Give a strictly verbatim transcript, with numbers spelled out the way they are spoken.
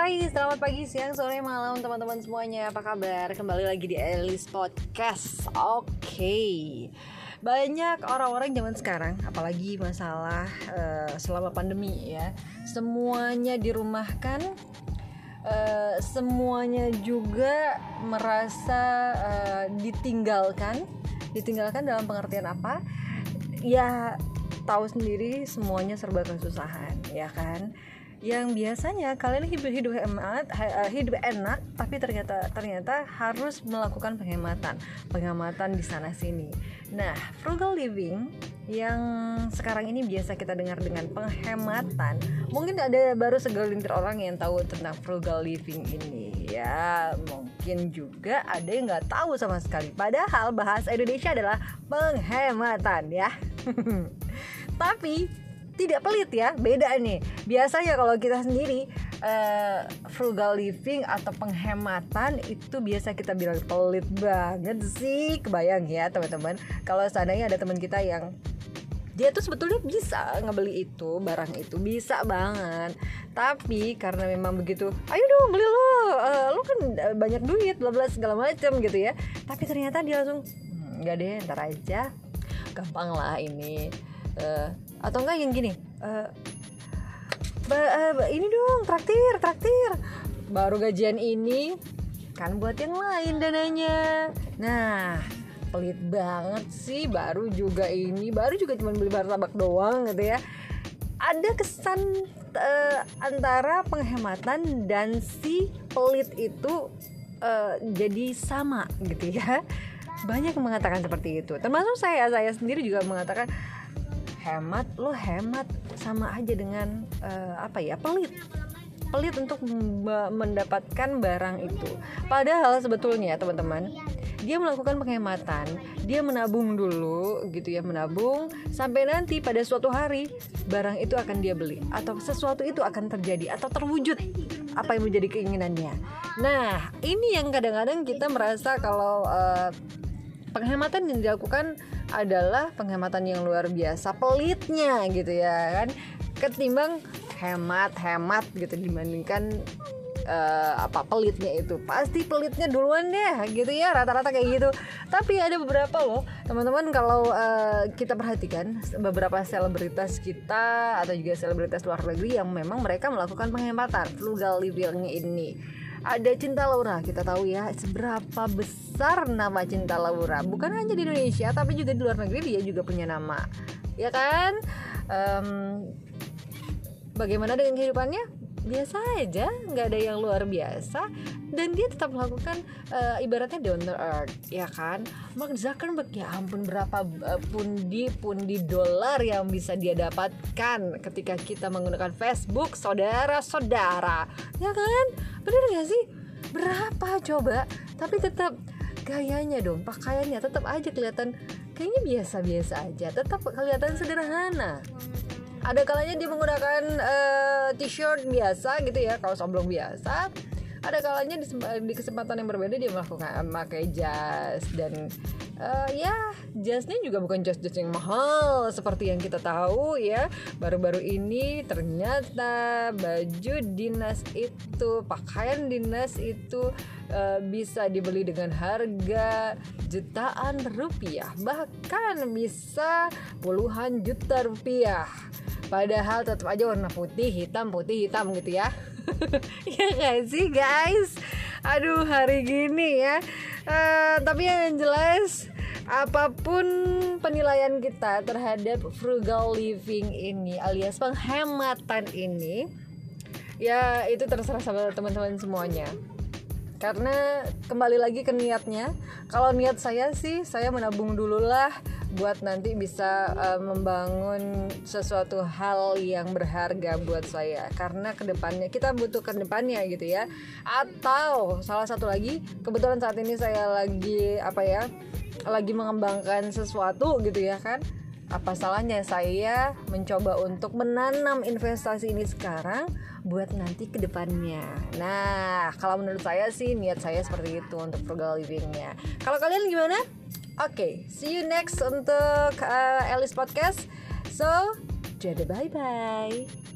Hai, selamat pagi, siang, sore, malam teman-teman semuanya. Apa kabar? Kembali lagi di Elis Podcast. Oke, banyak orang-orang zaman sekarang, apalagi masalah uh, selama pandemi ya, semuanya dirumahkan, uh, semuanya juga merasa uh, ditinggalkan. Ditinggalkan dalam pengertian apa? Ya tahu sendiri, semuanya serba kesusahan, ya kan? Yang biasanya kalian hidup hidup enak, hidup enak, tapi ternyata ternyata harus melakukan penghematan, penghematan di sana sini. Nah, frugal living yang sekarang ini biasa kita dengar dengan penghematan, mungkin ada baru segelintir orang yang tahu tentang frugal living ini. Ya, mungkin juga ada yang nggak tahu sama sekali. Padahal bahasa Indonesia adalah penghematan, ya. Tapi tidak pelit ya, beda nih. Biasanya kalau kita sendiri uh, frugal living atau penghematan itu biasa kita bilang pelit banget sih. Kebayang ya teman-teman, kalau seandainya ada teman kita yang dia tuh sebetulnya bisa ngebeli itu, barang itu bisa banget, tapi karena memang begitu, ayo dong beli lo, uh, lo kan banyak duit, bla bla segala macam gitu ya. Tapi ternyata dia langsung nggak deh, ntar aja, gampang lah ini. Uh, atau enggak yang gini, uh, ba- uh, ini dong traktir traktir baru gajian ini kan buat yang lain dananya. Nah, pelit banget sih, baru juga ini baru juga cuma beli martabak doang gitu ya. Ada kesan uh, antara penghematan dan si pelit itu uh, jadi sama gitu ya. Banyak yang mengatakan seperti itu, termasuk saya saya sendiri juga mengatakan hemat, lo hemat sama aja dengan uh, apa ya, pelit pelit untuk m- mendapatkan barang itu. Padahal sebetulnya teman-teman, dia melakukan penghematan, dia menabung dulu gitu ya, menabung sampai nanti pada suatu hari barang itu akan dia beli, atau sesuatu itu akan terjadi atau terwujud apa yang menjadi keinginannya. Nah, ini yang kadang-kadang kita merasa kalau uh, penghematan yang dilakukan adalah penghematan yang luar biasa pelitnya gitu ya kan, ketimbang hemat-hemat gitu dibandingkan uh, apa pelitnya itu. Pasti pelitnya duluan deh gitu ya, rata-rata kayak gitu. Tapi ada beberapa loh teman-teman, kalau uh, kita perhatikan beberapa selebritas kita atau juga selebritas luar negeri yang memang mereka melakukan penghematan frugal living ini. Ada Cinta Laura, kita tahu ya seberapa besar nama Cinta Laura. Bukan hanya di Indonesia, tapi juga di luar negeri dia juga punya nama, ya kan? Um, bagaimana dengan kehidupannya? Biasa aja, nggak ada yang luar biasa. Dan dia tetap melakukan uh, ibaratnya down to earth, ya kan? Mark Zuckerberg, ya ampun, berapa uh, pundi-pundi dolar yang bisa dia dapatkan ketika kita menggunakan Facebook, saudara-saudara, ya kan? Bener gak sih? Berapa coba? Tapi tetap gayanya dong, pakaiannya tetap aja kelihatan kayaknya biasa-biasa aja, tetap kelihatan sederhana. Ada kalanya dia menggunakan uh, t-shirt biasa gitu ya, kaos oblong biasa. Ada kalanya di, di kesempatan yang berbeda dia melakukan memakai jas, dan uh, ya jasnya juga bukan jas-jas yang mahal seperti yang kita tahu ya. Baru-baru ini ternyata baju dinas itu, pakaian dinas itu uh, bisa dibeli dengan harga jutaan rupiah, bahkan bisa puluhan juta rupiah. Padahal tetap aja warna putih, hitam, putih, hitam gitu ya. Ya gak sih guys? Aduh, hari gini ya. uh, Tapi yang jelas, apapun penilaian kita terhadap frugal living ini alias penghematan ini, ya itu terserah sama teman-teman semuanya. Karena kembali lagi ke niatnya. Kalau niat saya sih, saya menabung dulu lah buat nanti bisa uh, membangun sesuatu hal yang berharga buat saya. Karena kedepannya kita butuh kedepannya gitu ya. Atau salah satu lagi, kebetulan saat ini saya lagi apa ya, lagi mengembangkan sesuatu gitu ya kan. Apa salahnya saya mencoba untuk menanam investasi ini sekarang buat nanti ke depannya. Nah, kalau menurut saya sih niat saya seperti itu untuk frugal livingnya. Kalau kalian gimana? Oke, okay, see you next untuk uh, Elis Podcast. So, jadi bye-bye.